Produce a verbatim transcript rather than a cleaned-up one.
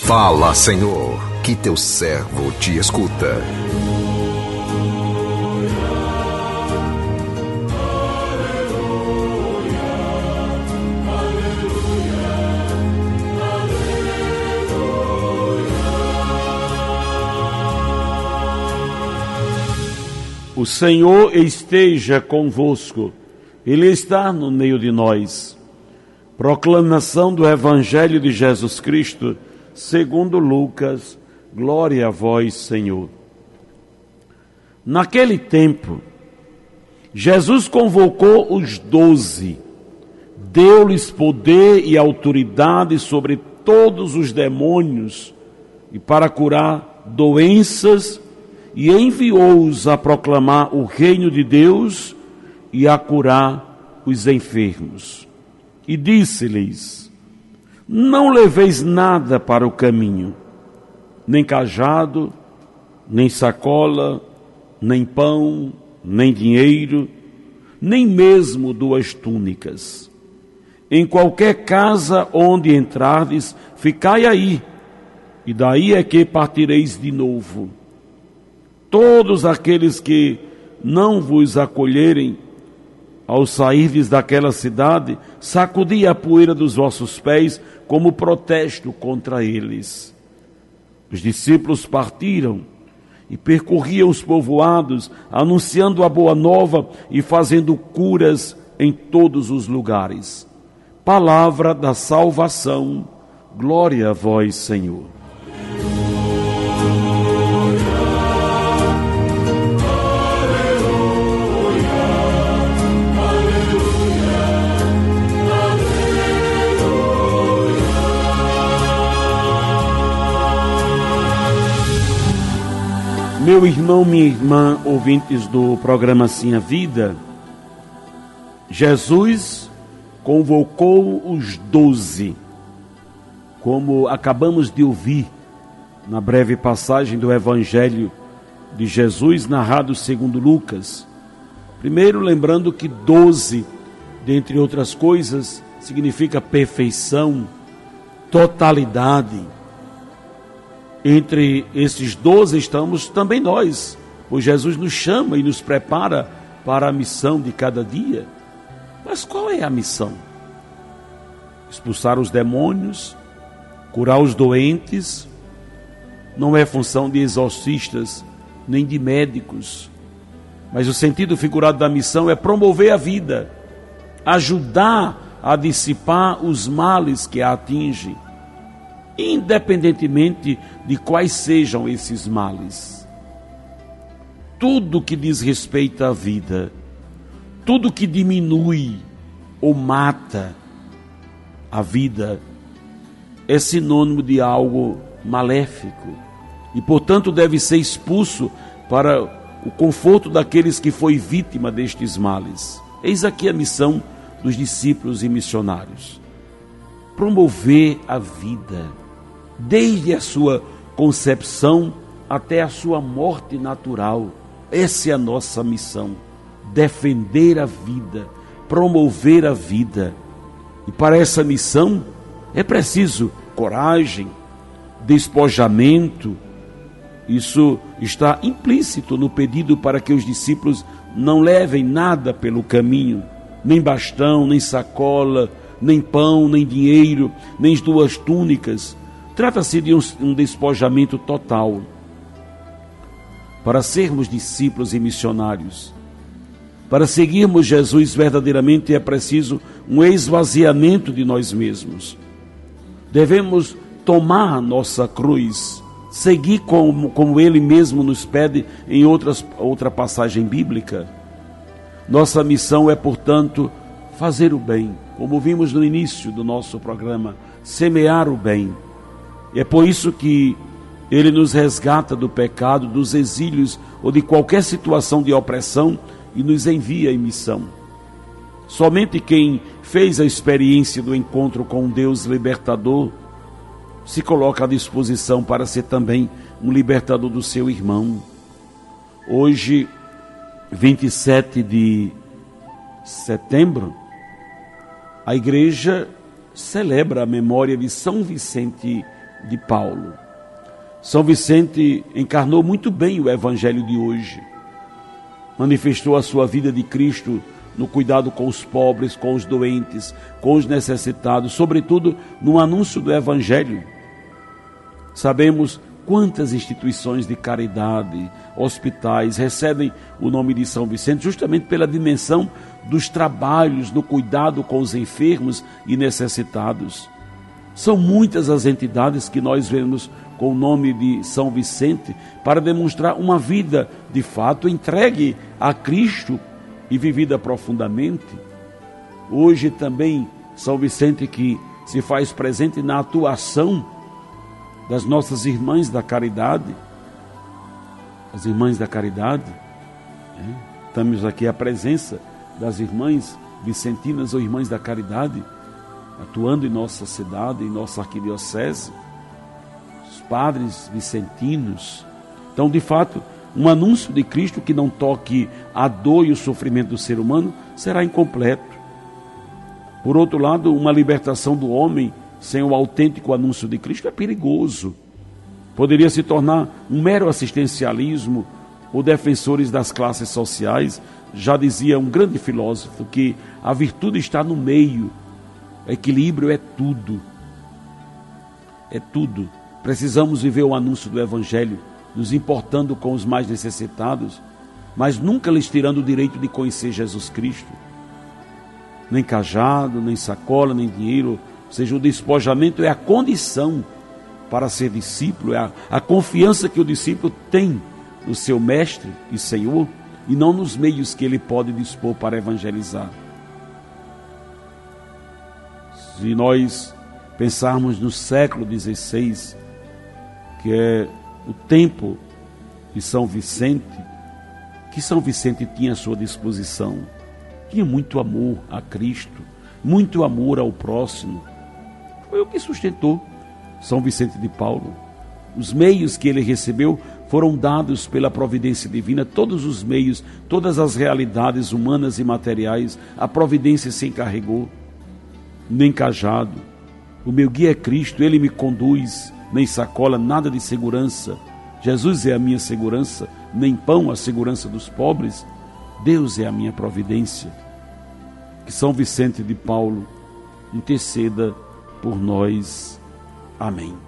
Fala, Senhor, que teu servo te escuta. O Senhor esteja convosco, Ele está no meio de nós. Proclamação do Evangelho de Jesus Cristo, segundo Lucas. Glória a vós, Senhor. Naquele tempo, Jesus convocou os doze, deu-lhes poder e autoridade sobre todos os demônios e para curar doenças, e enviou-os a proclamar o reino de Deus e a curar os enfermos. E disse-lhes: não leveis nada para o caminho, nem cajado, nem sacola, nem pão, nem dinheiro, nem mesmo duas túnicas. Em qualquer casa onde entrardes, ficai aí, e daí é que partireis de novo. Todos aqueles que não vos acolherem, ao sairdes daquela cidade, sacudi a poeira dos vossos pés como protesto contra eles. Os discípulos partiram e percorriam os povoados, anunciando a boa nova e fazendo curas em todos os lugares. Palavra da salvação, glória a vós, Senhor. Meu irmão, minha irmã, ouvintes do programa Sim a Vida, Jesus convocou os doze, como acabamos de ouvir na breve passagem do Evangelho de Jesus, narrado segundo Lucas. Primeiro, lembrando que doze, dentre outras coisas, significa perfeição, totalidade. Entre esses doze estamos também nós, pois Jesus nos chama e nos prepara para a missão de cada dia. Mas qual é a missão? Expulsar os demônios, curar os doentes, não é função de exorcistas nem de médicos, mas o sentido figurado da missão é promover a vida, ajudar a dissipar os males que a atingem, independentemente de quais sejam esses males. Tudo que diz respeito à vida, tudo que diminui ou mata a vida, é sinônimo de algo maléfico e, portanto, deve ser expulso para o conforto daqueles que foi vítima destes males. Eis aqui a missão dos discípulos e missionários: promover a vida, desde a sua concepção até a sua morte natural. Essa é a nossa missão: defender a vida, promover a vida. E para essa missão é preciso coragem, despojamento. Isso está implícito no pedido para que os discípulos não levem nada pelo caminho, nem bastão, nem sacola, nem pão, nem dinheiro, nem duas túnicas. Trata-se de um, um despojamento total. Para sermos discípulos e missionários, para seguirmos Jesus verdadeiramente, é preciso um esvaziamento de nós mesmos. Devemos tomar nossa cruz, seguir como, como Ele mesmo nos pede em outras, outra passagem bíblica. Nossa missão é, portanto, fazer o bem, como vimos no início do nosso programa, semear o bem. É por isso que Ele nos resgata do pecado, dos exílios ou de qualquer situação de opressão e nos envia em missão. Somente quem fez a experiência do encontro com um Deus libertador se coloca à disposição para ser também um libertador do seu irmão. Hoje, vinte e sete de setembro, a igreja celebra a memória de São Vicente de Paulo. São Vicente encarnou muito bem o evangelho de hoje. Manifestou a sua vida de Cristo no cuidado com os pobres, com os doentes, com os necessitados, sobretudo no anúncio do evangelho. Sabemos quantas instituições de caridade, hospitais, recebem o nome de São Vicente justamente pela dimensão dos trabalhos no cuidado com os enfermos e necessitados. São muitas as entidades que nós vemos com o nome de São Vicente para demonstrar uma vida, de fato, entregue a Cristo e vivida profundamente. Hoje também São Vicente que se faz presente na atuação das nossas irmãs da caridade, as irmãs da caridade, né? Temos aqui a presença das irmãs vicentinas ou irmãs da caridade, atuando em nossa cidade, em nossa arquidiocese, os padres vicentinos. Então, de fato, um anúncio de Cristo que não toque a dor e o sofrimento do ser humano será incompleto. Por outro lado, uma libertação do homem sem o autêntico anúncio de Cristo é perigoso. Poderia se tornar um mero assistencialismo ou defensores das classes sociais. Já dizia um grande filósofo que a virtude está no meio. Equilíbrio é tudo. É tudo. Precisamos viver o anúncio do Evangelho, nos importando com os mais necessitados, mas nunca lhes tirando o direito de conhecer Jesus Cristo. Nem cajado, nem sacola, nem dinheiro. Ou seja, o despojamento é a condição para ser discípulo, é a, a confiança que o discípulo tem no seu mestre e Senhor, e não nos meios que ele pode dispor para evangelizar. Se nós pensarmos no século dezesseis, que é o tempo de São Vicente, que São Vicente tinha à sua disposição, tinha muito amor a Cristo, muito amor ao próximo. Foi o que sustentou São Vicente de Paulo. Os meios que ele recebeu foram dados pela providência divina, todos os meios, todas as realidades humanas e materiais, a providência se encarregou. Nem cajado, o meu guia é Cristo, ele me conduz, nem sacola, nada de segurança. Jesus é a minha segurança, nem pão a segurança dos pobres. Deus é a minha providência. Que São Vicente de Paulo interceda por nós. Amém.